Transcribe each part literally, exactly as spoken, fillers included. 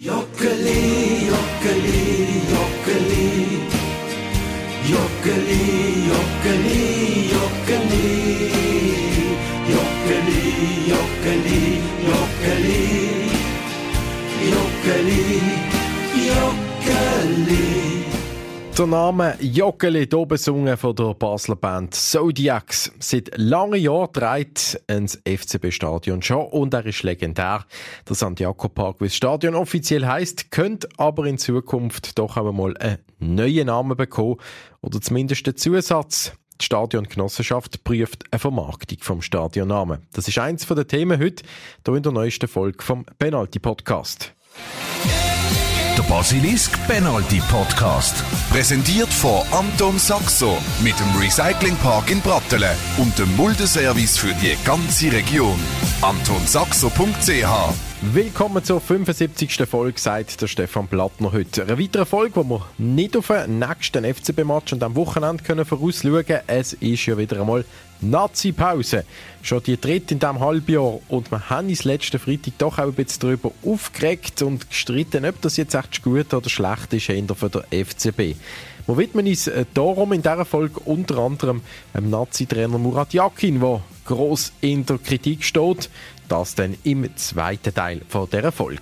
Joggeli, joggeli, joggeli. Joggeli, joggeli, joggeli. Joggeli, joggeli, joggeli. Joggeli, joggeli. Der Name Joggeli, hier besungen von der Basler Band Zodiacs. Seit langen Jahren trägt ein F C B-Stadion schon und er ist legendär. Der Santiago Park, wie das Stadion offiziell heisst, könnte aber in Zukunft doch auch mal einen neuen Namen bekommen oder zumindest einen Zusatz. Die Stadiongenossenschaft prüft eine Vermarktung vom Stadionnamen. Das ist eins der Themen heute, hier in der neuesten Folge vom Penalty-Podcast. Der Basilisk Penalty Podcast. Präsentiert von Anton Saxo mit dem Recyclingpark in Brattelen und dem Muldeservice für die ganze Region. anton saxo punkt c h. Willkommen zur fünfundsiebzigsten Folge, sagt der Stefan Plattner heute. Eine weitere Folge, wo wir nicht auf den nächsten F C B-Match und am Wochenende können vorausschauen können. Es ist ja wieder einmal Nazi-Pause. Schon die dritte in diesem Halbjahr. Und wir haben uns letzten Freitag doch auch ein bisschen darüber aufgeregt und gestritten, ob das jetzt echt gut oder schlecht ist hinter für den F C B. Wir widmen uns darum in dieser Folge unter anderem dem Nazi-Trainer Murat Yakin, der gross in der Kritik steht. Das dann im zweiten Teil von dieser Folge.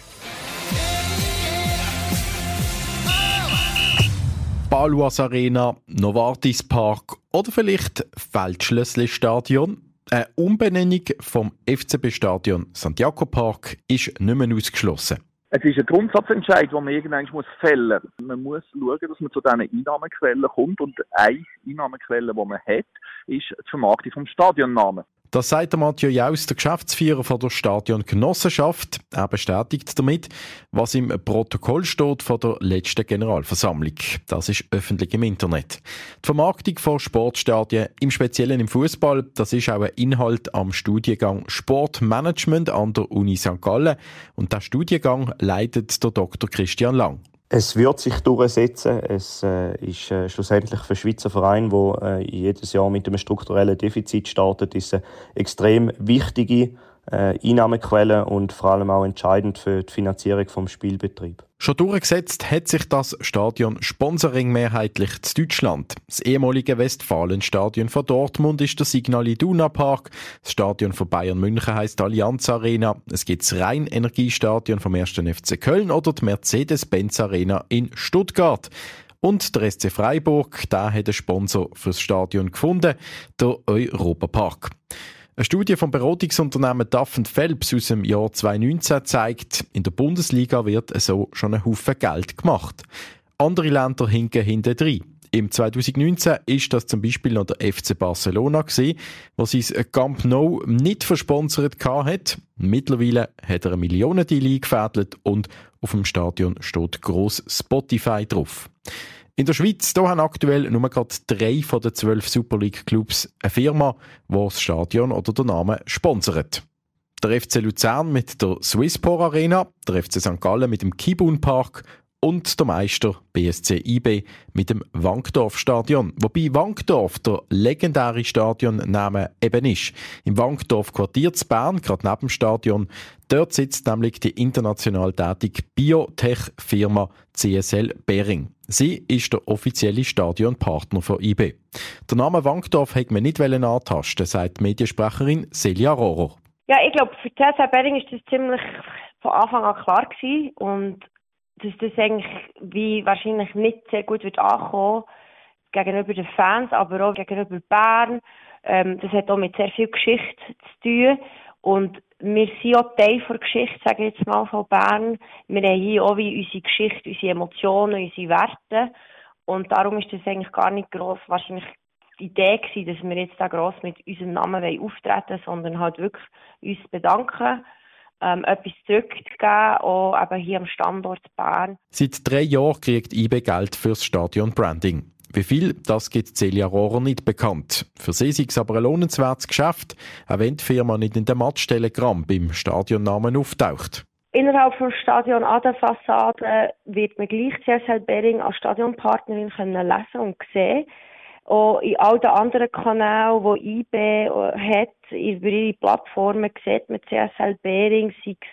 Baloise Arena, Novartis Park oder vielleicht Feldschlössli-Stadion. Eine Umbenennung vom F C B-Stadion Santiago Park ist nicht mehr ausgeschlossen. Es ist ein Grundsatzentscheid, den man irgendwann fällen muss. Man muss schauen, dass man zu diesen Einnahmequellen kommt. Und eine Einnahmequelle, die man hat, ist die Vermarktung vom Stadionnamen. Das sagt der Mathieu Jaus, der Geschäftsführer von der Stadiongenossenschaft. Er bestätigt damit, was im Protokoll steht von der letzten Generalversammlung. Das ist öffentlich im Internet. Die Vermarktung von Sportstadien, im Speziellen im Fußball, das ist auch ein Inhalt am Studiengang Sportmanagement an der Uni Sankt Gallen. Und der Studiengang leitet der Doktor Christian Lang. Es wird sich durchsetzen. Es äh, ist äh, schlussendlich für Schweizer Verein, der äh, jedes Jahr mit einem strukturellen Defizit startet, ist eine extrem wichtige äh, Einnahmequelle und vor allem auch entscheidend für die Finanzierung vom Spielbetrieb. Schon durchgesetzt hat sich das Stadion Sponsoring mehrheitlich in Deutschland. Das ehemalige Westfalenstadion von Dortmund ist der Signal Iduna Park. Das Stadion von Bayern München heisst Allianz Arena. Es gibt das Rhein-Energiestadion vom ersten F C Köln oder die Mercedes-Benz Arena in Stuttgart. Und der S C Freiburg, der hat einen Sponsor fürs Stadion gefunden, der Europapark. Eine Studie vom Beratungsunternehmen Duff and Phelps aus dem Jahr zweitausendneunzehn zeigt, in der Bundesliga wird so schon ein Haufen Geld gemacht. Andere Länder hinken hintendrein. Im zweitausendneunzehn ist das zum Beispiel noch der F C Barcelona gewesen, was sein Camp Nou nicht versponsert hat. Mittlerweile hat er eine Millionendeal eingefädelt und auf dem Stadion steht gross Spotify drauf. In der Schweiz da haben aktuell nur gerade drei von den zwölf Super League-Clubs eine Firma, die das Stadion oder den Namen sponsert. Der F C Luzern mit der Swisspor Arena, der F C Sankt Gallen mit dem Kibun Park und der Meister B S C I B mit dem Wankdorf Stadion. Wobei Wankdorf der legendäre Stadionname eben ist. Im Wankdorf Quartier zu Bern, gerade neben dem Stadion, dort sitzt nämlich die international tätige Biotech-Firma C S L Behring. Sie ist der offizielle Stadionpartner von I B. Der Name Wankdorf hätte man nicht antasten, sagt die Mediensprecherin Celia Rohrer. Ja, ich glaube, für C S L Behring ist das ziemlich von Anfang an klar gewesen und dass das eigentlich wie wahrscheinlich nicht sehr gut wird ankommen gegenüber den Fans, aber auch gegenüber Bern. Ähm, das hat auch mit sehr viel Geschichte zu tun und wir sind auch Teil der Geschichte, sage ich jetzt mal, von Bern. Wir haben hier auch wie unsere Geschichte, unsere Emotionen, unsere Werte und darum ist das eigentlich gar nicht gross wahrscheinlich die Idee gewesen, dass wir jetzt da gross mit unserem Namen auftreten wollen, sondern halt wirklich uns bedanken, Ähm, etwas zurückzugeben, auch eben hier am Standort Bern. Seit drei Jahren kriegt I B Geld fürs Stadion Branding. Wie viel, das gibt Celia Rohrer nicht bekannt. Für sie ist es aber ein lohnenswertes Geschäft, auch wenn die Firma nicht in dem Matchtelegramm beim Stadionnamen auftaucht. Innerhalb des Stadion an der Fassade wird man gleich C S L Behring als Stadionpartnerin können lesen und sehen. Auch in all den anderen Kanälen, die I B hat, über ihre Plattformen sieht man C S L Behring, sei es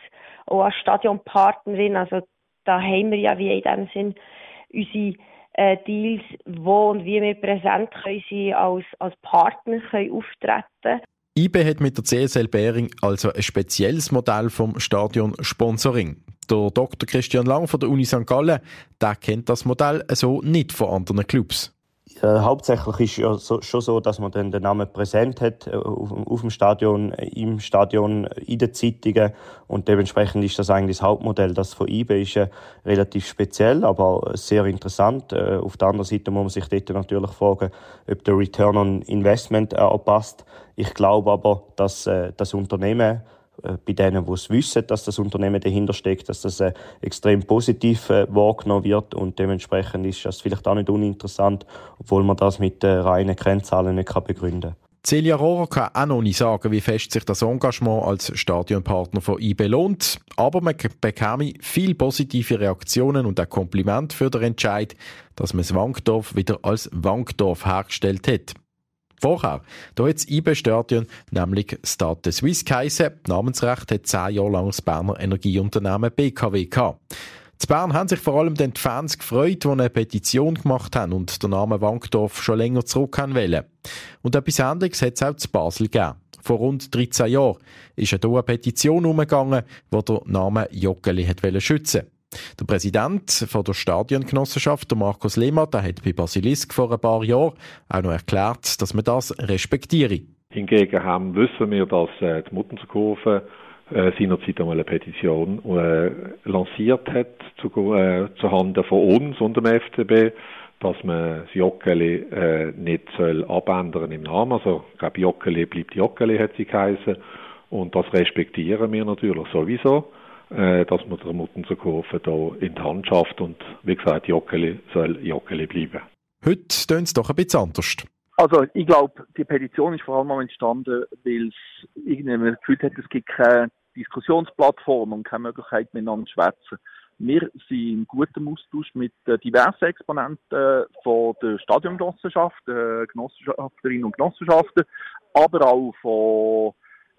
auch als Stadionpartnerin. Also da haben wir ja wie in dem Sinn unsere äh, Deals, wo und wie wir präsent können sein als, als Partner können auftreten. I B hat mit der C S L Behring also ein spezielles Modell vom Stadion-Sponsoring. Der Doktor Christian Lang von der Uni Sankt Gallen, der kennt das Modell so nicht von anderen Clubs. Äh, hauptsächlich ist ja so, schon so, dass man dann den Namen präsent hat äh, auf, auf dem Stadion, im Stadion, in den Zeitungen, und dementsprechend ist das eigentlich das Hauptmodell. Das von I B ist äh, relativ speziell, aber sehr interessant. Äh, auf der anderen Seite muss man sich dort natürlich fragen, ob der Return on Investment äh, auch passt. Ich glaube aber, dass äh, das Unternehmen, bei denen, die es wissen, dass das Unternehmen dahinter steckt, dass das äh, extrem positiv äh, wahrgenommen wird, und dementsprechend ist das vielleicht auch nicht uninteressant, obwohl man das mit äh, reinen Kennzahlen nicht kann begründen kann. Celia Rohrer kann auch noch nicht sagen, wie fest sich das Engagement als Stadionpartner von I B lohnt, aber man bekäme viele positive Reaktionen und auch Komplimente für den Entscheid, dass man das Wankdorf wieder als Wankdorf hergestellt hat. Vorher, da hat das I B-Stadion nämlich Stade de Suisse geheissen. Das Namensrecht hat zehn Jahre lang das Berner Energieunternehmen B K W gehabt. In Bern haben sich vor allem die Fans gefreut, die eine Petition gemacht haben und den Namen Wankdorf schon länger zurück haben wollen. Und etwas Ähnliches hat es auch in Basel gegeben. Vor rund dreizehn Jahren ist hier eine Petition umgegangen, die den Namen Joggeli schützen wollte. Der Präsident von der Stadiongenossenschaft, der Markus Lehmann, der hat bei Basilisk vor ein paar Jahren auch noch erklärt, dass man das respektiere. Hingegen haben, wissen wir, dass äh, die Muttenserkurve äh, seinerzeit einmal eine Petition äh, lanciert hat zu, äh, zuhanden von uns und dem F C B, dass man das Joggeli äh, nicht soll abändern im Namen. Also ich glaube, Joggeli bleibt Joggeli, hat sie geheißen. Und das respektieren wir natürlich sowieso, dass man der Muttenserkurve hier in die Hand schafft, und wie gesagt, Joggeli soll Joggeli bleiben. Heute tönt es doch ein bisschen anders. Also ich glaube, die Petition ist vor allem entstanden, weil es irgendwie das Gefühl hat, es gibt keine Diskussionsplattform und keine Möglichkeit, miteinander zu schwätzen. Wir sind in gutem Austausch mit diversen Exponenten von der Stadiongenossenschaft, Genossenschaftlerinnen und Genossenschaften, aber auch von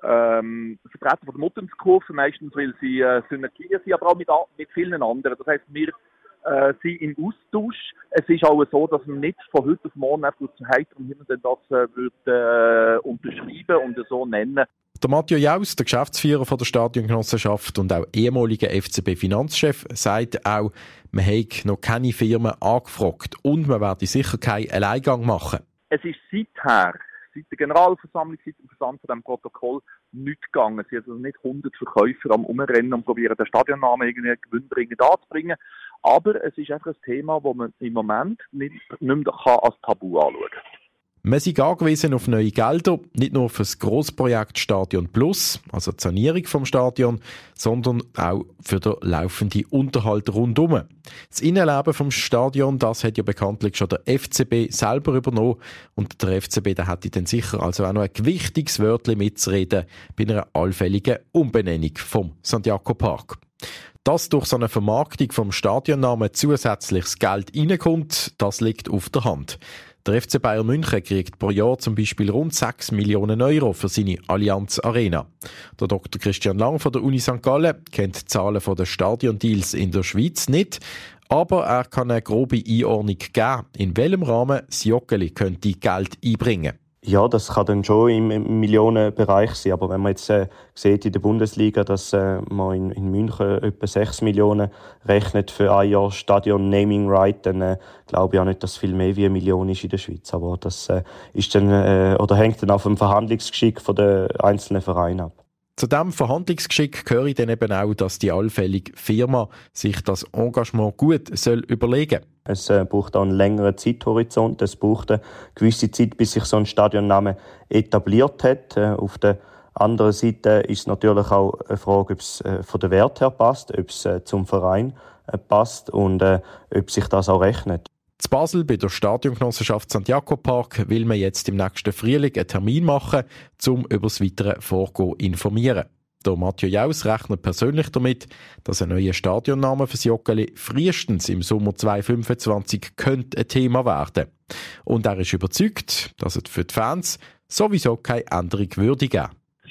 Ähm, Vertreter von der Muttenserkurve, meistens, weil sie äh, Synergien sind, aber auch mit, mit vielen anderen. Das heisst, wir äh, sind im Austausch. Es ist auch so, dass man nicht von heute auf morgen einfach zu heiterem Himmel das äh, würde, äh, unterschreiben und so nennen. Der Matthieu Jaus, der Geschäftsführer von der Stadiongenossenschaft und auch ehemaliger F C B-Finanzchef, sagt auch, man habe noch keine Firmen angefragt und man werde sicher keinen Alleingang machen. Es ist seither, seit der Generalversammlung, seit dem Versand von diesem Protokoll nichts gegangen. Es sind also nicht hundert Verkäufer am Umrennen und probieren, den Stadionnamen irgendwie gewinnbringend anzubringen. Aber es ist einfach ein Thema, das man im Moment nicht, nicht mehr als Tabu anschauen kann. Wir sind angewiesen auf neue Gelder, nicht nur für das Grossprojekt Stadion Plus, also die Sanierung vom Stadion, sondern auch für den laufenden Unterhalt rundum. Das Innenleben vom Stadion, das hat ja bekanntlich schon der F C B selber übernommen, und der F C B, der hätte dann sicher also auch noch ein gewichtiges Wörtchen mitzureden bei einer allfälligen Umbenennung vom Santiago Park. Dass durch so eine Vermarktung vom Stadionnamen zusätzliches Geld reinkommt, das liegt auf der Hand. Der F C Bayern München kriegt pro Jahr zum Beispiel rund sechs Millionen Euro für seine Allianz Arena. Der Doktor Christian Lang von der Uni Sankt Gallen kennt die Zahlen der Stadiondeals in der Schweiz nicht, aber er kann eine grobe Einordnung geben, in welchem Rahmen das Joggeli könnte Geld einbringen. Ja, das kann dann schon im, im Millionenbereich sein. Aber wenn man jetzt äh, sieht in der Bundesliga, dass äh, man in, in München etwa sechs Millionen rechnet für ein Jahr Stadion Naming Right, dann äh, glaube ich auch nicht, dass viel mehr wie eine Million ist in der Schweiz. Aber das äh, ist dann, äh, oder hängt dann auf dem Verhandlungsgeschick von den einzelnen Vereinen ab. Zu diesem Verhandlungsgeschick gehöre dann eben auch, dass die allfällige Firma sich das Engagement gut soll überlegen soll. Es äh, braucht auch einen längeren Zeithorizont. Es braucht eine gewisse Zeit, bis sich so ein Stadionname etabliert hat. Äh, auf der anderen Seite ist es natürlich auch eine Frage, ob es äh, von der Wert her passt, ob es äh, zum Verein äh, passt und äh, ob sich das auch rechnet. In Basel bei der Stadiongenossenschaft Santiago Park will man jetzt im nächsten Frühling einen Termin machen, um über das weitere Vorgehen zu informieren. Der Matthieu Jaus rechnet persönlich damit, dass ein neuer Stadionname für das Joggeli frühestens im Sommer zweitausendfünfundzwanzig könnte ein Thema werden. Und er ist überzeugt, dass es für die Fans sowieso keine Änderung würde geben. Das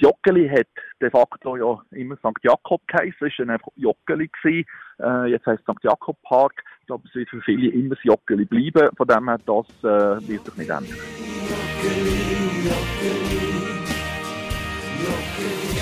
Joggeli hat de facto ja immer Sankt Jakob geheißen, es war dann einfach Joggeli gewesen. Äh, jetzt heisst es Sankt Jakob Park. Ich glaube, es wird für viele immer das Joggeli bleiben. Von dem her, das äh, wird sich nicht ändern. Joggeli, Joggeli, Joggeli.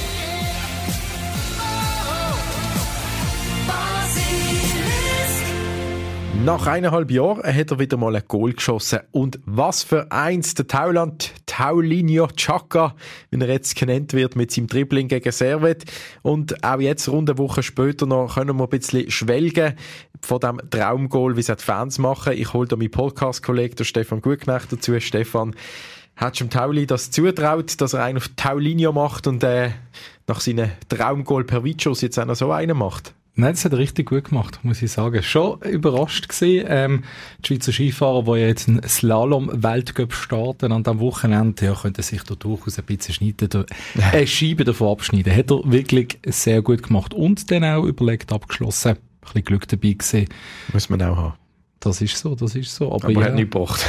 Nach eineinhalb Jahren hat er wieder mal ein Goal geschossen. Und was für eins, der Tauland Taulinho Xhaka, wie er jetzt genannt wird, mit seinem Dribbling gegen Servette. Und auch jetzt, rund eine Woche später noch, können wir ein bisschen schwelgen von dem Traumgoal, wie es die Fans machen. Ich hole da meinen Podcast-Kollegen Stefan Gutknecht dazu. Stefan, hättest du dem Tauli das zutraut, dass er einen auf Taulinho macht und äh, nach seinem Traumgoal per Weitschuss jetzt auch noch so einen macht? Nein, das hat er richtig gut gemacht, muss ich sagen. Schon überrascht gewesen. Ähm, die Schweizer Skifahrer, die ja jetzt einen Slalom-Weltcup starten an diesem Wochenende, ja, könnten sich da durchaus ein bisschen schneiden, eine Scheibe davon abschneiden. Hat er wirklich sehr gut gemacht. Und dann auch überlegt abgeschlossen. Ein bisschen Glück dabei gewesen. Muss man auch haben. Das ist so, das ist so. Aber, Aber ja, hat nicht gebracht.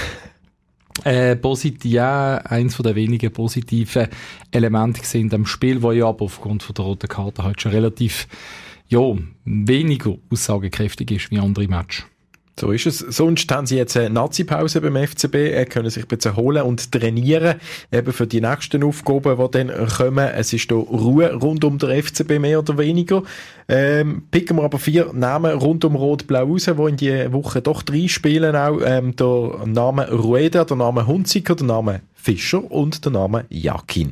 Äh, positiv, ja, eins von den wenigen positiven Elemente gesehen in dem Spiel, wo ja aber aufgrund von der roten Karte halt schon relativ ja, weniger aussagekräftig ist wie andere Matches. So ist es. Sonst haben sie jetzt eine Nazi-Pause beim F C B, äh, können sich ein bisschen erholen und trainieren, eben für die nächsten Aufgaben, die dann kommen. Es ist da Ruhe rund um den F C B, mehr oder weniger. Ähm, picken wir aber vier Namen rund um Rot-Blau raus, die in die Woche doch drei spielen auch. Ähm, der Name Rueda, der Name Hunziker, der Name Fischer und der Name Jakin.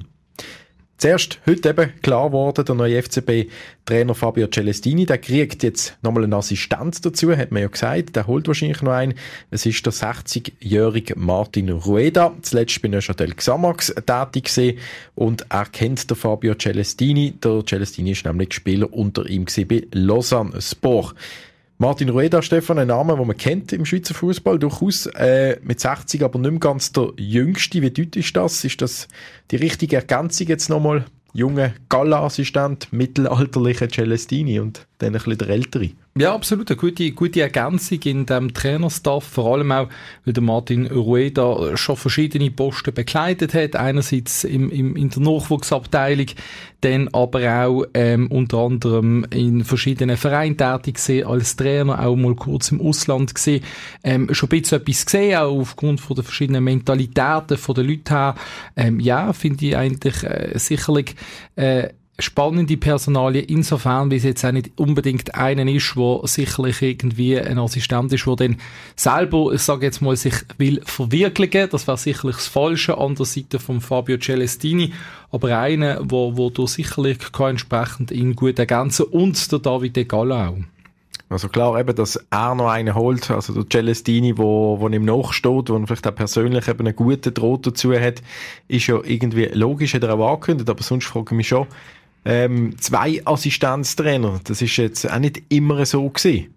Zuerst heute eben klar geworden, der neue F C B-Trainer Fabio Celestini, der kriegt jetzt nochmal einen Assistent dazu, hat man ja gesagt, der holt wahrscheinlich noch einen. Es ist der sechzigjährige Martin Rueda, zuletzt bei Neuchâtel Xamax tätig gewesen und er kennt den Fabio Celestini. Der Celestini ist nämlich Spieler unter ihm gewesen bei Lausanne Sport. Martin Rueda, Stefan, ein Name, den man kennt im Schweizer Fußball, durchaus äh, mit sechzig, aber nicht mehr ganz der Jüngste. Wie deutlich ist das? Ist das die richtige Ergänzung jetzt nochmal? Junge Gala-Assistent, mittelalterliche Celestini und dann ein bisschen der Ältere. Ja, absolut. Eine gute, gute Ergänzung in dem Trainerstaff. Vor allem auch, weil der Martin Rueda schon verschiedene Posten bekleidet hat. Einerseits im, im, in der Nachwuchsabteilung, dann aber auch ähm, unter anderem in verschiedenen Vereinen tätig gewesen, als Trainer, auch mal kurz im Ausland gewesen. Ähm, schon ein bisschen etwas gesehen, auch aufgrund von der verschiedenen Mentalitäten von den Leuten her. Ähm, ja, finde ich eigentlich äh, sicherlich äh, spannende Personalie, insofern, wie es jetzt auch nicht unbedingt einen ist, der sicherlich irgendwie ein Assistent ist, der dann selber, ich sage jetzt mal, sich will verwirklichen. Das wäre sicherlich das Falsche an der Seite von Fabio Celestini. Aber einer, wo, wo du sicherlich kann entsprechend ihn gut ergänzen und der David De Gala auch. Also klar, eben, dass er noch einen holt, also der Celestini, wo, wo ihm nachsteht, wo vielleicht auch persönlich eben einen guten Draht dazu hat, ist ja irgendwie logisch, hat er auch angekündigt, aber sonst frage ich mich schon, ähm, zwei Assistenztrainer, das ist jetzt auch nicht immer so gewesen.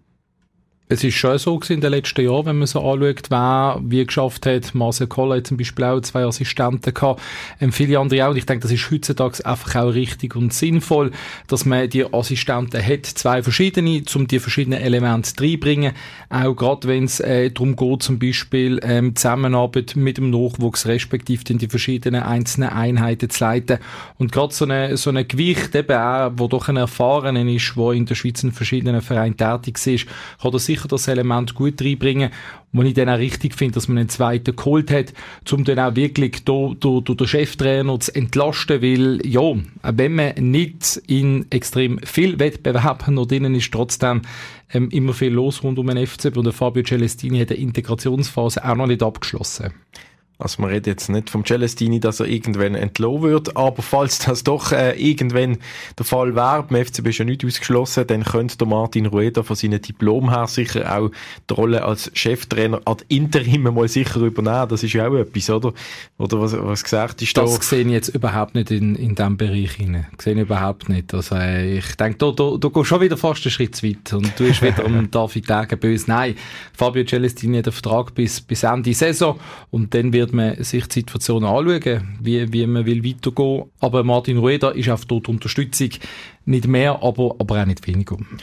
Es ist schon so gewesen in den letzten Jahren, wenn man so anschaut, wer wie geschafft hat. Marcel Koller hat zum Beispiel auch zwei Assistenten gehabt, ähm, viele andere auch. Und ich denke, das ist heutzutage einfach auch richtig und sinnvoll, dass man die Assistenten hat, zwei verschiedene, um die verschiedenen Elemente reinbringen. Auch gerade wenn es äh, darum geht, zum Beispiel ähm, Zusammenarbeit mit dem Nachwuchs, respektive in die verschiedenen einzelnen Einheiten zu leiten. Und gerade so eine, so eine Gewicht, eben auch, wo doch ein Erfahrener ist, der in der Schweiz in verschiedenen Vereinen tätig ist, kann das sicher das Element gut reinbringen, wo ich dann auch richtig finde, dass man einen zweiten geholt hat, um dann auch wirklich do, do, do den Cheftrainer zu entlasten, weil, ja, wenn man nicht in extrem viel Wettbewerben noch drinnen ist, trotzdem ähm, immer viel los rund um den F C B und der Fabio Celestini hat die Integrationsphase auch noch nicht abgeschlossen. Also man redet jetzt nicht vom Celestini, dass er irgendwann entlassen wird, aber falls das doch äh, irgendwann der Fall wäre, beim F C B ist ja nicht ausgeschlossen, dann könnte der Martin Rueda von seinem Diplom her sicher auch die Rolle als Cheftrainer ad interim mal sicher übernehmen. Das ist ja auch etwas, oder? Oder was, was gesagt ist da? Das sehe ich jetzt überhaupt nicht in, in diesem Bereich hinein. Das sehe ich überhaupt nicht. Also äh, ich denke, da, da, da gehst schon wieder fast einen Schritt zu weit und du bist wieder am David Degen böse. Nein, Fabio Celestini hat einen Vertrag bis, bis Ende Saison und dann wird man sich die Situation anschauen, wie, wie man will weitergehen. Aber Martin Rueda ist auf dort Unterstützung nicht mehr, aber, aber auch nicht weniger.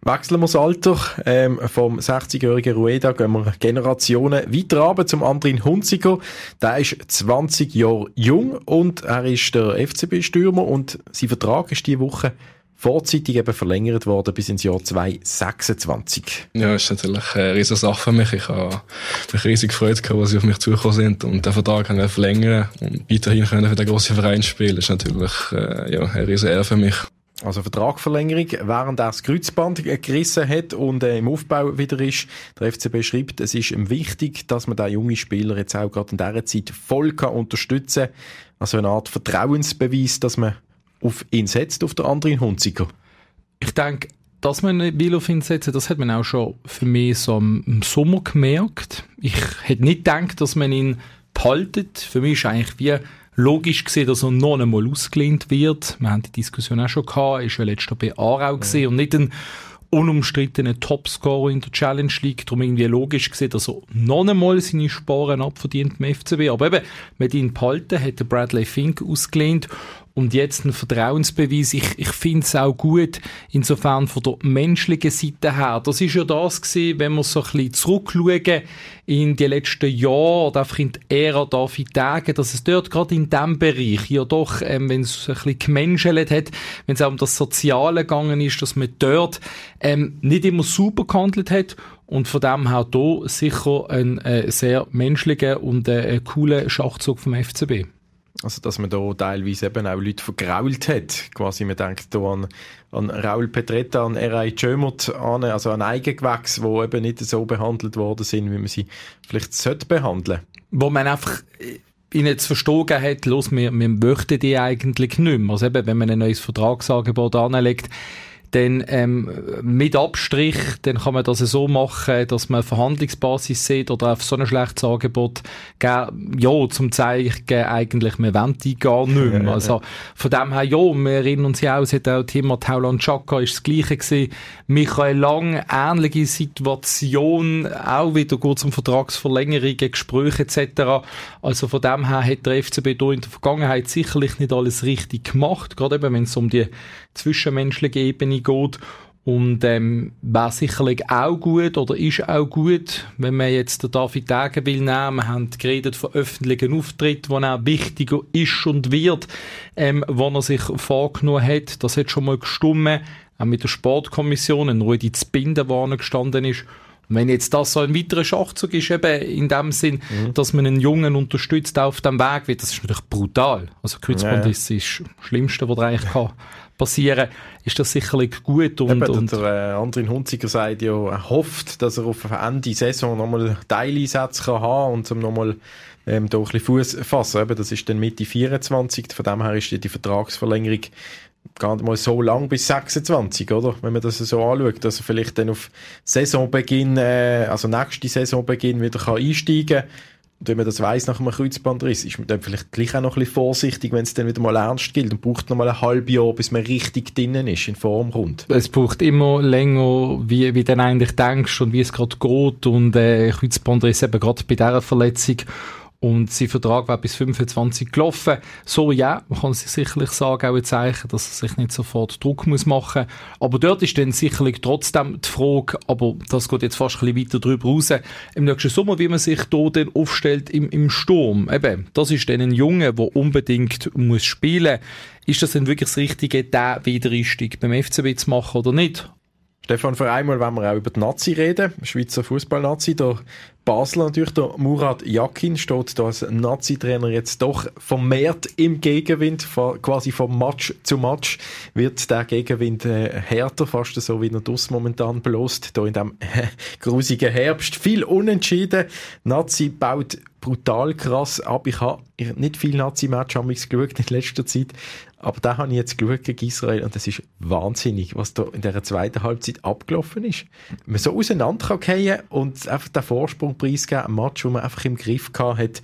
Wechseln wir das Alter. Ähm, vom sechzigjährigen Rueda gehen wir Generationen weiter runter zum Andrin Hunziker. Der ist zwanzig Jahre jung und er ist der F C B-Stürmer und sein Vertrag ist diese Woche vorzeitig eben verlängert worden bis ins Jahr zweitausendsechsundzwanzig. Ja, das ist natürlich eine riesige Sache für mich. Ich habe mich riesig gefreut, als sie auf mich zugekommen sind und den Vertrag können verlängern und weiterhin können für den grossen Verein spielen. Das ist natürlich äh, ja, eine riesige Ehre für mich. Also Vertragverlängerung, während er das Kreuzband gerissen hat und äh, im Aufbau wieder ist. Der F C B schreibt, es ist ihm wichtig, dass man den jungen Spieler jetzt auch gerade in dieser Zeit voll kann unterstützen kann. Also eine Art Vertrauensbeweis, dass man auf ihn setzt, auf den Andrin Hunziker. Ich denke, dass man will auf ihn setzen, das hat man auch schon für mich so im Sommer gemerkt. Ich hätte nicht gedacht, dass man ihn behaltet. Für mich ist eigentlich wie logisch gesehen, dass er noch einmal ausgelehnt wird. Wir haben die Diskussion auch schon gehabt. Er war ja letztes Jahr bei Aarau gesehen ja. und nicht ein unumstrittener Topscorer in der Challenge League. Darum irgendwie logisch gesehen, dass er noch einmal seine Sporen abverdient im F C B. Aber eben, mit ihm behalten, hat der Bradley Fink ausgelehnt. Und jetzt ein Vertrauensbeweis. Ich, ich finde es auch gut, insofern von der menschlichen Seite her. Das ist ja das gewesen, wenn wir so ein bisschen zurückschauen in die letzten Jahre oder einfach in die Ära David Degen, dass es dort gerade in diesem Bereich ja doch, ähm, wenn es ein bisschen gemenschelt hat, wenn es auch um das Soziale gegangen ist, dass man dort ähm, nicht immer super gehandelt hat. Und von dem her hier sicher ein äh, sehr menschlicher und äh, cooler Schachzug vom F C B. Also, dass man da teilweise eben auch Leute vergrault hat. Quasi, man denkt da an, an Raul Petretta, an R I Jömert, an, also an Eigengewächse, die eben nicht so behandelt worden sind, wie man sie vielleicht sollte behandeln. Wo man einfach ihnen zu verstehen hat, los, wir, wir möchten die eigentlich nicht mehr. Also eben, wenn man ein neues Vertragsangebot anlegt, dann ähm, mit Abstrich, dann kann man das so machen, dass man eine Verhandlungsbasis sieht oder auf so ein schlechtes Angebot geben, ja, zum zeigen, eigentlich, wir wollen die gar nicht mehr. Ja, also von dem her, ja, wir erinnern uns ja auch, es hat auch Thema Taulant Xhaka ist das Gleiche gewesen. Michael Lang, ähnliche Situation, auch wieder gut zum Vertragsverlängerungen, Gespräche et cetera. Also von dem her hat der F C B da in der Vergangenheit sicherlich nicht alles richtig gemacht, gerade eben, wenn es um die zwischenmenschliche Ebene geht. Und ähm, wäre sicherlich auch gut oder ist auch gut, wenn man jetzt den David Degen will nehmen. Wir haben geredet von öffentlichen Auftritten, wo auch wichtiger ist und wird, ähm, wo er sich vorgenommen hat. Das hat schon mal gestimmt, auch mit der Sportkommission, ein Rudi Zbinden, wo er gestanden ist. Und wenn jetzt das so ein weiterer Schachzug ist, eben in dem Sinn, mhm. dass man einen Jungen unterstützt auf dem Weg, wird, das ist natürlich brutal. Also Kreuzband ja. ist das Schlimmste, was eigentlich kann passieren, ist das sicherlich gut. Und, Eben, und der äh, Andrin Hunziker sagt ja, er hofft, dass er auf Ende Saison nochmal Teileinsätze kann haben und um nochmal ähm, da ein bisschen Fuß fassen. Eben, das ist dann Mitte vierundzwanzig, von dem her ist die, die Vertragsverlängerung gar nicht mal so lang bis sechsundzwanzig, oder? Wenn man das so anschaut, dass er vielleicht dann auf Saisonbeginn, äh, also nächste Saisonbeginn wieder kann einsteigen kann. Und wenn man das weiss nach einem Kreuzbandriss, ist man dann vielleicht gleich auch noch ein bisschen vorsichtig, wenn es dann wieder mal ernst gilt und braucht noch mal ein halbes Jahr, bis man richtig drinnen ist, in Form kommt. Es braucht immer länger, wie, wie du eigentlich denkst und wie es gerade geht und äh, Kreuzbandriss eben gerade bei dieser Verletzung. Und sein Vertrag war bis fünfundzwanzig gelaufen. So, ja, man kann sich sicherlich sagen, auch ein Zeichen, dass er sich nicht sofort Druck muss machen muss. Aber dort ist dann sicherlich trotzdem die Frage, aber das geht jetzt fast ein bisschen weiter drüber raus, im nächsten Sommer, wie man sich da dann aufstellt im, im Sturm. Eben, das ist dann ein Junge, der unbedingt muss spielen. Ist das denn wirklich das Richtige, den Wiedereinstieg beim F C B zu machen oder nicht? Stefan, für einmal wollen wir auch über die Nazi reden. Schweizer Fußball-Nazi. Der Basler natürlich, der Murat Yakin, steht da als Nazi-Trainer jetzt doch vermehrt im Gegenwind, quasi vom Match zu Match wird der Gegenwind äh, härter, fast so wie er das momentan bloßt, da in diesem äh, grusigen Herbst. Viel unentschieden. Nazi baut brutal krass ab. Ich habe nicht viele Nazi-Matches geschaut in letzter Zeit, aber da habe ich jetzt geschaut gegen Israel und das ist wahnsinnig, was da in dieser zweiten Halbzeit abgelaufen ist. Man so auseinander kann fallen und einfach den Vorsprung preisgeben, ein Match, wo man einfach im Griff gehabt hat.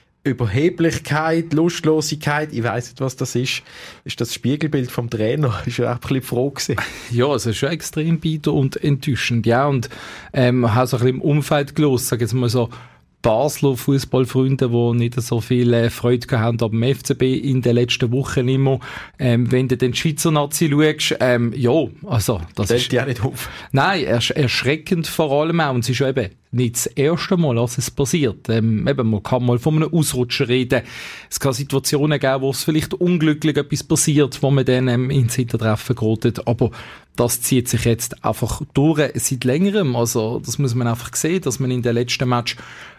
Überheblichkeit, Lustlosigkeit, ich weiss nicht, was das ist. Ist das Spiegelbild vom Trainer? Ist er auch ein bisschen froh gewesen? Ja, es ist schon extrem bitter und enttäuschend. Ja, und ähm, ich habe so ein bisschen im Umfeld gelesen, sage jetzt mal so, Basler Fußballfreunde, die nicht so viel äh, Freude gehabt haben am F C B in den letzten Wochen immer. Ähm, wenn du den Schweizer Nazi schaust, ähm, ja, also, das Fällt ist... dir auch nicht auf? Nein, ersch- erschreckend vor allem auch. Und es ist ja eben nicht das erste Mal, dass es passiert. Ähm, eben, man kann mal von einem Ausrutscher reden. Es kann Situationen geben, wo es vielleicht unglücklich etwas passiert, wo man dann ähm, ins Hintertreffen gerät. Aber das zieht sich jetzt einfach durch seit längerem. Also, das muss man einfach sehen, dass man in den letzten Match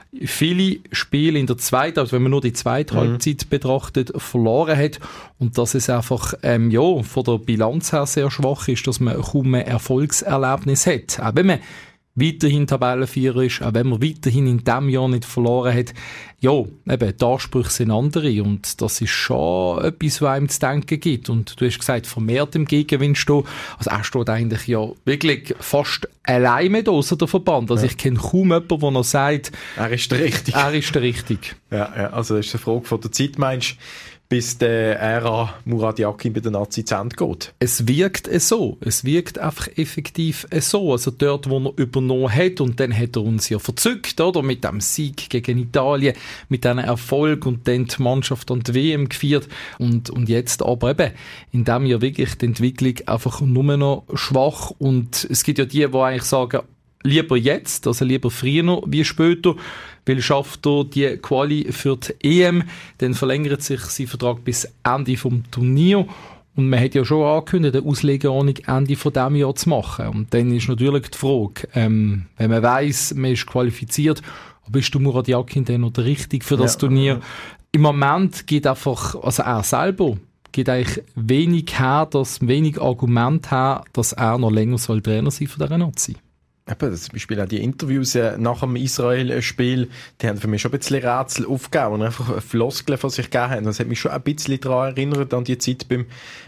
viele Spiele in der zweiten, also wenn man nur die zweite mhm. Halbzeit betrachtet, verloren hat und dass es einfach ähm, ja, von der Bilanz her sehr schwach ist, dass man kaum ein Erfolgserlebnis hat. Auch wenn man weiterhin Tabellenvierer ist, auch wenn man weiterhin in diesem Jahr nicht verloren hat. Ja, eben, die Ansprüche sind andere und das ist schon etwas, was einem zu denken gibt. Und du hast gesagt, vermehrt im Gegenwind stehen. Also er steht eigentlich ja wirklich fast alleine da, außer der Verband. Also ja. Ich kenne kaum jemanden, der noch sagt, er ist der Richtige. Er ist der Richtige. Ja, ja, also das ist eine Frage von der Zeit, meinst du, bis der Ära Murat Yakin bei der Nazi zu Ende geht? Es wirkt so. Es wirkt einfach effektiv so. Also dort, wo er übernommen hat, und dann hat er uns ja verzückt, oder? Mit dem Sieg gegen Italien, mit diesem Erfolg und dann die Mannschaft an die W M geführt. Und, und jetzt aber eben, in dem ja wirklich die Entwicklung einfach nur noch schwach. Und es gibt ja die, die eigentlich sagen, lieber jetzt, also lieber früher wie später, weil schafft er die Quali für die E M, dann verlängert sich sein Vertrag bis Ende vom Turnier und man hat ja schon angekündigt, eine Auslegeordnung Ende von diesem Jahr zu machen. Und dann ist natürlich die Frage, ähm, wenn man weiss, man ist qualifiziert, aber ist der Murat Yakin dann noch der Richtige für das ja, Turnier? Ja. Im Moment geht einfach, also er selber, gibt eigentlich wenig her, dass, wenig Argument her, dass er noch länger soll Trainer sein von dieser Nazi. Eben, zum Beispiel auch die Interviews äh, nach dem Israel-Spiel, die haben für mich schon ein bisschen Rätsel aufgegeben und einfach Floskeln von sich gegeben haben. Das hat mich schon ein bisschen daran erinnert, an die Zeit beim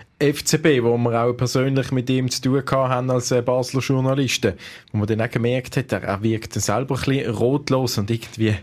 F C B, wo wir auch persönlich mit ihm zu tun hatten als äh, Basler Journalisten, wo man dann auch gemerkt hat, er, er wirkt selber ein bisschen rotlos und irgendwie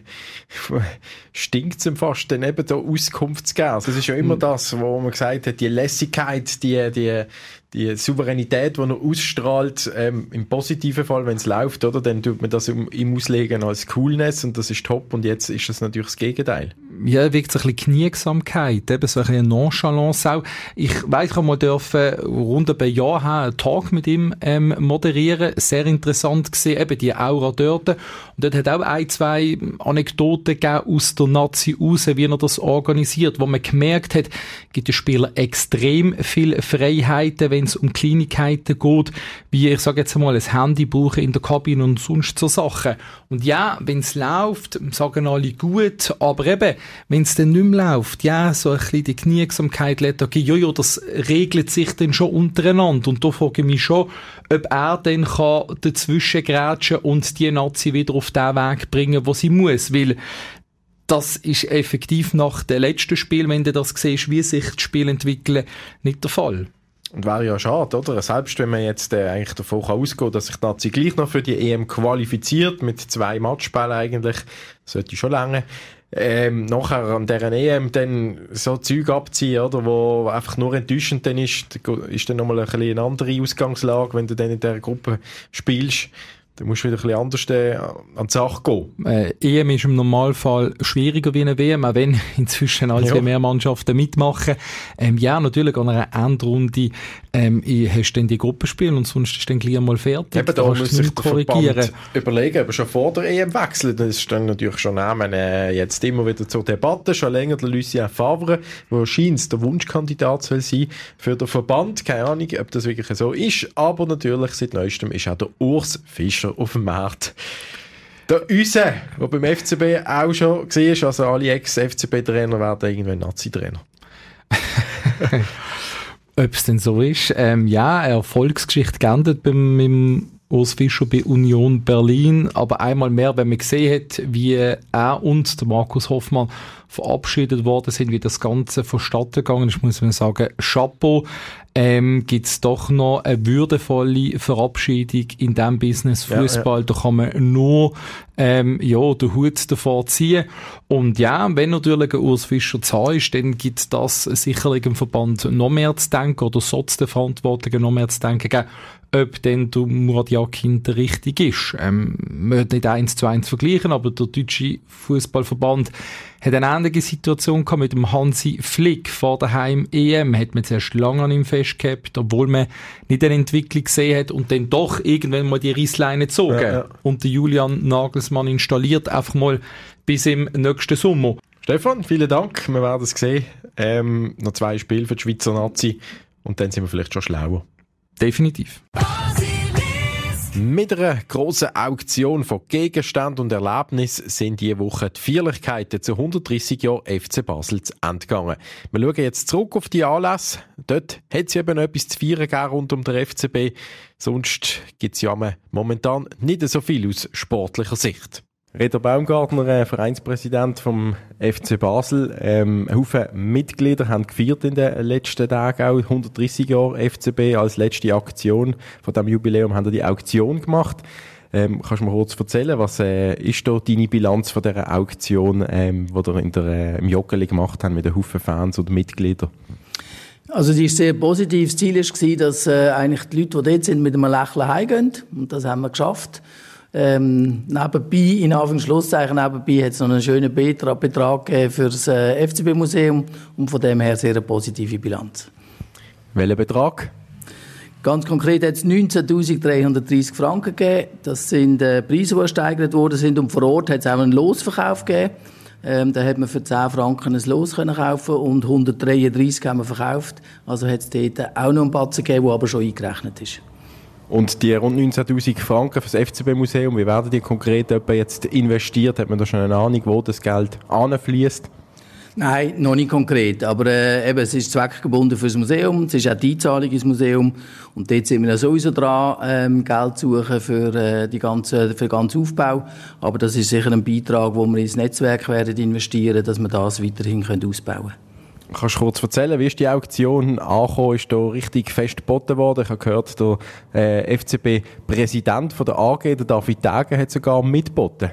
stinkt es ihm fast, dann eben da Auskunft zu geben. Also es ist ja immer das, wo man gesagt hat, die Lässigkeit, die, die, die Souveränität, die er ausstrahlt, ähm, im positiven Fall, wenn es läuft, oder, dann tut man das ihm auslegen als Coolness und das ist top und jetzt ist das natürlich das Gegenteil. Ja, wirkt so ein bisschen Kniegsamkeit, eben so ein bisschen Nonchalance auch. Ich weiss, ich habe mal dürfen, rund ein Jahr her, einen Talk mit ihm ähm, moderieren, sehr interessant gesehen, eben die Aura dort und dort hat auch ein, zwei Anekdoten gegeben aus der Nazi raus, wie er das organisiert, wo man gemerkt hat, gibt den Spielern extrem viel Freiheiten, wenn es um Kleinigkeiten geht, wie ich sage jetzt mal, ein Handy brauchen in der Kabine und sonst so Sachen. Und ja, wenn es läuft, sagen alle gut, aber eben, wenn es dann nicht mehr läuft, ja, so ein bisschen die Kniegsamkeit lässt, okay, jojo, das regelt sich dann schon untereinander. Und da frage ich mich schon, ob er dann kann dazwischen grätschen und die Nazi wieder auf den Weg bringen, wo sie muss, weil das ist effektiv nach dem letzten Spiel, wenn du das siehst, wie sich das Spiel entwickelt, nicht der Fall. Und wäre ja schade, oder? Selbst wenn man jetzt äh, eigentlich davon ausgehen kann, dass sich die Nazi gleich noch für die E M qualifiziert, mit zwei Matchspielen eigentlich, das sollte schon länger, ähm, nachher an dieser E M dann so Zeug abziehen, oder, wo einfach nur enttäuschend dann ist, ist dann nochmal ein bisschen eine andere Ausgangslage, wenn du dann in dieser Gruppe spielst. Du musst wieder ein bisschen anders äh, an die Sache gehen. Äh, E M ist im Normalfall schwieriger wie eine W M, auch wenn inzwischen alle ja. mehr Mannschaften mitmachen. Ähm, ja, natürlich an einer Endrunde ähm, hast du dann die Gruppenspiele und sonst ist dann gleich mal fertig. Eben, da muss sich der Verband überlegen, aber schon vor der E M wechseln. Das ist dann natürlich schon Namen äh, jetzt immer wieder zur Debatte. Schon länger der Lucien Favre, der scheint der Wunschkandidat soll sein für den Verband. Keine Ahnung, ob das wirklich so ist, aber natürlich seit Neuestem ist auch der Urs Fischer auf dem Markt. Der Use, der beim F C B auch schon war, also alle Ex-F C B-Trainer werden irgendwann Nazi-Trainer. Ob es denn so ist? Ähm, ja, eine Erfolgsgeschichte geendet beim, beim Urs Fischer bei Union Berlin, aber einmal mehr, wenn man gesehen hat, wie er und der Markus Hoffmann verabschiedet worden sind, wie das Ganze vonstatten gegangen ist, muss man sagen, Chapeau. Ähm, gibt's doch noch eine würdevolle Verabschiedung in diesem Business Fußball. Ja, ja. Da kann man nur ähm, ja, den Hut davor ziehen. Und ja, wenn natürlich ein Urs Fischer zu haben ist, dann gibt das sicherlich im Verband noch mehr zu denken oder soll es den Verantwortlichen noch mehr zu denken geben, ob denn der Murat Yakin der richtige ist. Ähm, man wird nicht eins zu eins vergleichen, aber der deutsche Fußballverband hat eine ähnliche Situation gehabt mit dem Hansi Flick vor der Heim-E M. Hat man zuerst lange an ihm festgehabt, obwohl man nicht eine Entwicklung gesehen hat und dann doch irgendwann mal die Reissleine gezogen. Ja, ja. Und der Julian Nagelsmann installiert einfach mal bis im nächsten Sommer. Stefan, vielen Dank. Wir werden es sehen. Ähm, noch zwei Spiele für die Schweizer Nazi und dann sind wir vielleicht schon schlauer. Definitiv. Mit einer grossen Auktion von Gegenständen und Erlebnissen sind diese Woche die Feierlichkeiten zu hundertdreissig Jahren F C Basel zu Ende gegangen. Wir schauen jetzt zurück auf die Anlässe. Dort hat es eben etwas zu feiern gegeben rund um den F C B. Sonst gibt es ja momentan nicht so viel aus sportlicher Sicht. Reto Baumgartner, äh, Vereinspräsident vom F C Basel. Ähm, ein Haufen Mitglieder haben gefeiert in den letzten Tagen auch. hundertdreissig Jahre F C B als letzte Aktion von diesem Jubiläum haben wir die Auktion gemacht. Ähm, kannst du mir kurz erzählen, was äh, ist da deine Bilanz von dieser Auktion, ähm, die ihr in der, äh, im Joggeli gemacht habt mit den Haufen Fans und Mitgliedern? Also die ist sehr positiv. Das Ziel war, dass äh, eigentlich die Leute, die dort sind, mit einem Lächeln heimgehen. Und das haben wir geschafft. Ähm, nebenbei, in Anführungszeichen, nebenbei hat es noch einen schönen Betrag, Betrag für das äh, F C B-Museum und von dem her sehr eine positive Bilanz. Welcher Betrag? Ganz konkret hat es neunzehntausenddreihundertdreissig Franken gegeben. Das sind äh, Preise, die gesteigert worden sind und vor Ort hat es auch einen Losverkauf gegeben. Ähm, da hat man für zehn Franken ein Los können kaufen und hundertdreiunddreissig haben wir verkauft. Also hat es dort auch noch einen Batzen gegeben, der aber schon eingerechnet ist. Und die rund neunzehntausend Franken für das F C B-Museum, wie werden die konkret jetzt investiert? Hat man da schon eine Ahnung, wo das Geld anfliesst? Nein, noch nicht konkret. Aber äh, eben, es ist zweckgebunden für das Museum. Es ist auch die Einzahlung ins Museum. Und dort sind wir sowieso dran, ähm, Geld zu suchen für, äh, die ganze, für den ganzen Aufbau. Aber das ist sicher ein Beitrag, wo wir ins Netzwerk werden investieren, dass wir das weiterhin können ausbauen können. Kannst du kurz erzählen, wie ist die Auktion angekommen? Ist da richtig fest geboten worden? Ich habe gehört, der äh, F C B-Präsident der A G, der David Tage, hat sogar mitgeboten.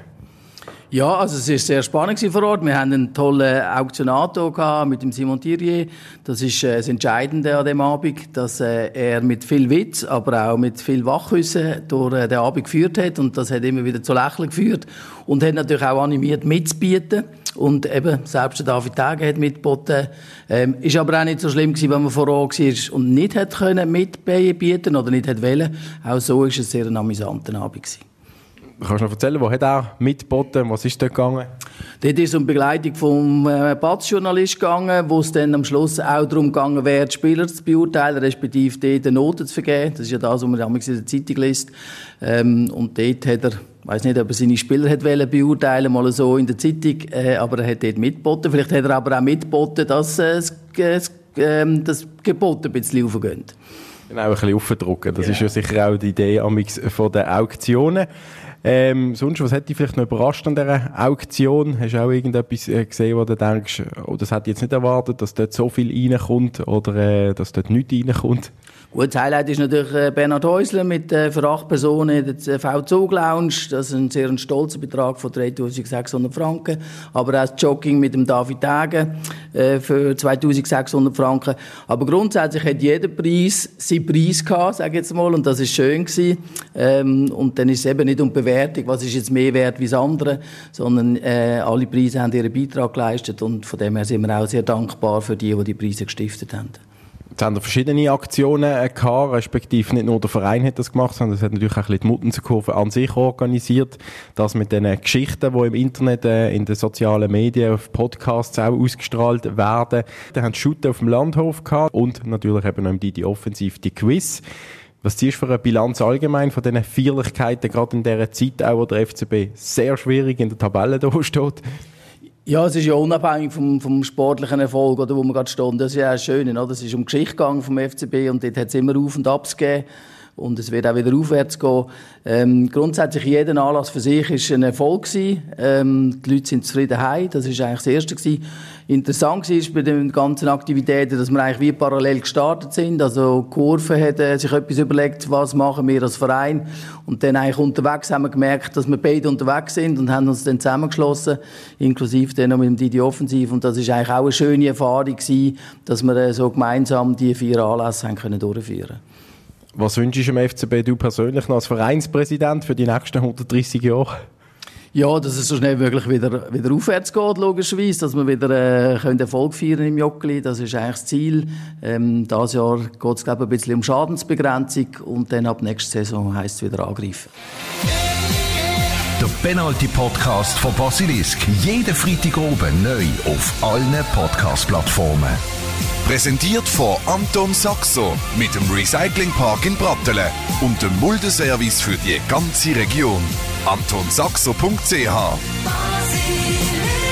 Ja, also es war sehr spannend vor Ort. Wir hatten einen tollen Auktionator gehabt mit dem Simon Thierry. Das ist äh, das Entscheidende an dem Abend, dass äh, er mit viel Witz, aber auch mit viel Wachwissen durch äh, den Abend geführt hat. Und das hat immer wieder zu Lächeln geführt. Und hat natürlich auch animiert mitzubieten. Und eben, selbst der David Tage hat mitgeboten. Ähm, ist aber auch nicht so schlimm gewesen, wenn man vor Ort war und nicht hat können mitbieten oder nicht hat wollen. Auch so war es sehr ein amüsanter Abend gewesen. Kannst du noch erzählen, wo hat er mitgeboten? Was ist dort gegangen? Dort ist es um die Begleitung vom äh, Batz-Journalist gegangen, wo es dann am Schluss auch darum gegangen wäre, die Spieler zu beurteilen, respektive dort eine Note zu vergeben. Das ist ja das, was man damals in der Zeitung liest. Ähm, und dort hat er, ich weiss nicht, ob er seine Spieler hat wollen beurteilen, mal so in der Zeitung, äh, aber er hat dort mitgeboten. Vielleicht hat er aber auch mitgeboten, dass äh, das, äh, das Gebot ein bisschen aufgeht. Genau, ein bisschen aufdrücken. Das genau. Ist ja sicher auch die Idee von den Auktionen. Ähm, sonst, was hat dich vielleicht noch überrascht an dieser Auktion? Hast du auch irgendetwas gesehen, wo du denkst, oh, das hätte ich jetzt nicht erwartet, dass dort so viel reinkommt oder äh, dass dort nichts reinkommt? Gut, das Highlight ist natürlich äh, Bernhard Häusler mit äh, für acht Personen in der V Zug Lounge. Das ist ein sehr ein stolzer Betrag von dreitausendsechshundert Franken. Aber auch das Jogging mit dem David Tage äh, für zweitausendsechshundert Franken. Aber grundsätzlich hat jeder Preis seinen Preis gehabt, sage ich jetzt mal, und das ist schön gewesen. Ähm, und dann ist es eben nicht um Bewertung, was ist jetzt mehr wert wie das andere, sondern äh, alle Preise haben ihren Beitrag geleistet und von dem her sind wir auch sehr dankbar für die, die die Preise gestiftet haben. Jetzt haben wir verschiedene Aktionen gehabt, respektive nicht nur der Verein hat das gemacht, sondern es hat natürlich auch ein bisschen die Muttenkurve an sich organisiert. Das mit den Geschichten, die im Internet, in den sozialen Medien, auf Podcasts auch ausgestrahlt werden. Dann haben die Shooter auf dem Landhof gehabt und natürlich eben noch im Didi Offensiv die Quiz. Was ziehst du für eine Bilanz allgemein von diesen Feierlichkeiten, gerade in dieser Zeit auch, wo der F C B sehr schwierig in der Tabelle da steht? Ja, es ist ja unabhängig vom, vom sportlichen Erfolg, oder, wo wir gerade stehen. Das ist ja auch schön, oder? Es ist um die Geschichte gegangen vom F C B und dort hat es immer Auf- und Abs gegeben. Und es wird auch wieder aufwärts gehen. Ähm, grundsätzlich jeder Anlass für sich ist ein Erfolg gewesen. Ähm, die Leute sind zufrieden heim. Das ist eigentlich das Erste gewesen. Interessant war bei den ganzen Aktivitäten, dass wir eigentlich wie parallel gestartet sind. Also die Kurve hat äh, sich etwas überlegt, was machen wir als Verein. Und dann eigentlich unterwegs haben wir gemerkt, dass wir beide unterwegs sind und haben uns dann zusammengeschlossen, inklusive dann noch mit dem Didi Offensiv. Und das ist eigentlich auch eine schöne Erfahrung gewesen, dass wir äh, so gemeinsam die vier Anlässe haben können durchführen. Was wünschst du dem F C B, du persönlich noch als Vereinspräsident für die nächsten hundertdreissig Jahre? Ja, dass es so schnell wirklich wieder, wieder aufwärts geht, logischerweise, dass wir wieder äh, können Erfolg feiern im Joggeli, das ist eigentlich das Ziel. Ähm, dieses Jahr geht es, glaube ich, ein bisschen um Schadensbegrenzung und dann ab nächster Saison heisst es wieder angreifen. Der Penalty-Podcast von Basilisk. Jeden Freitag oben neu auf allen Podcast-Plattformen. Präsentiert von Anton Saxo mit dem Recyclingpark in Brattelen und dem Muldeservice für die ganze Region. anton saxo punkt c h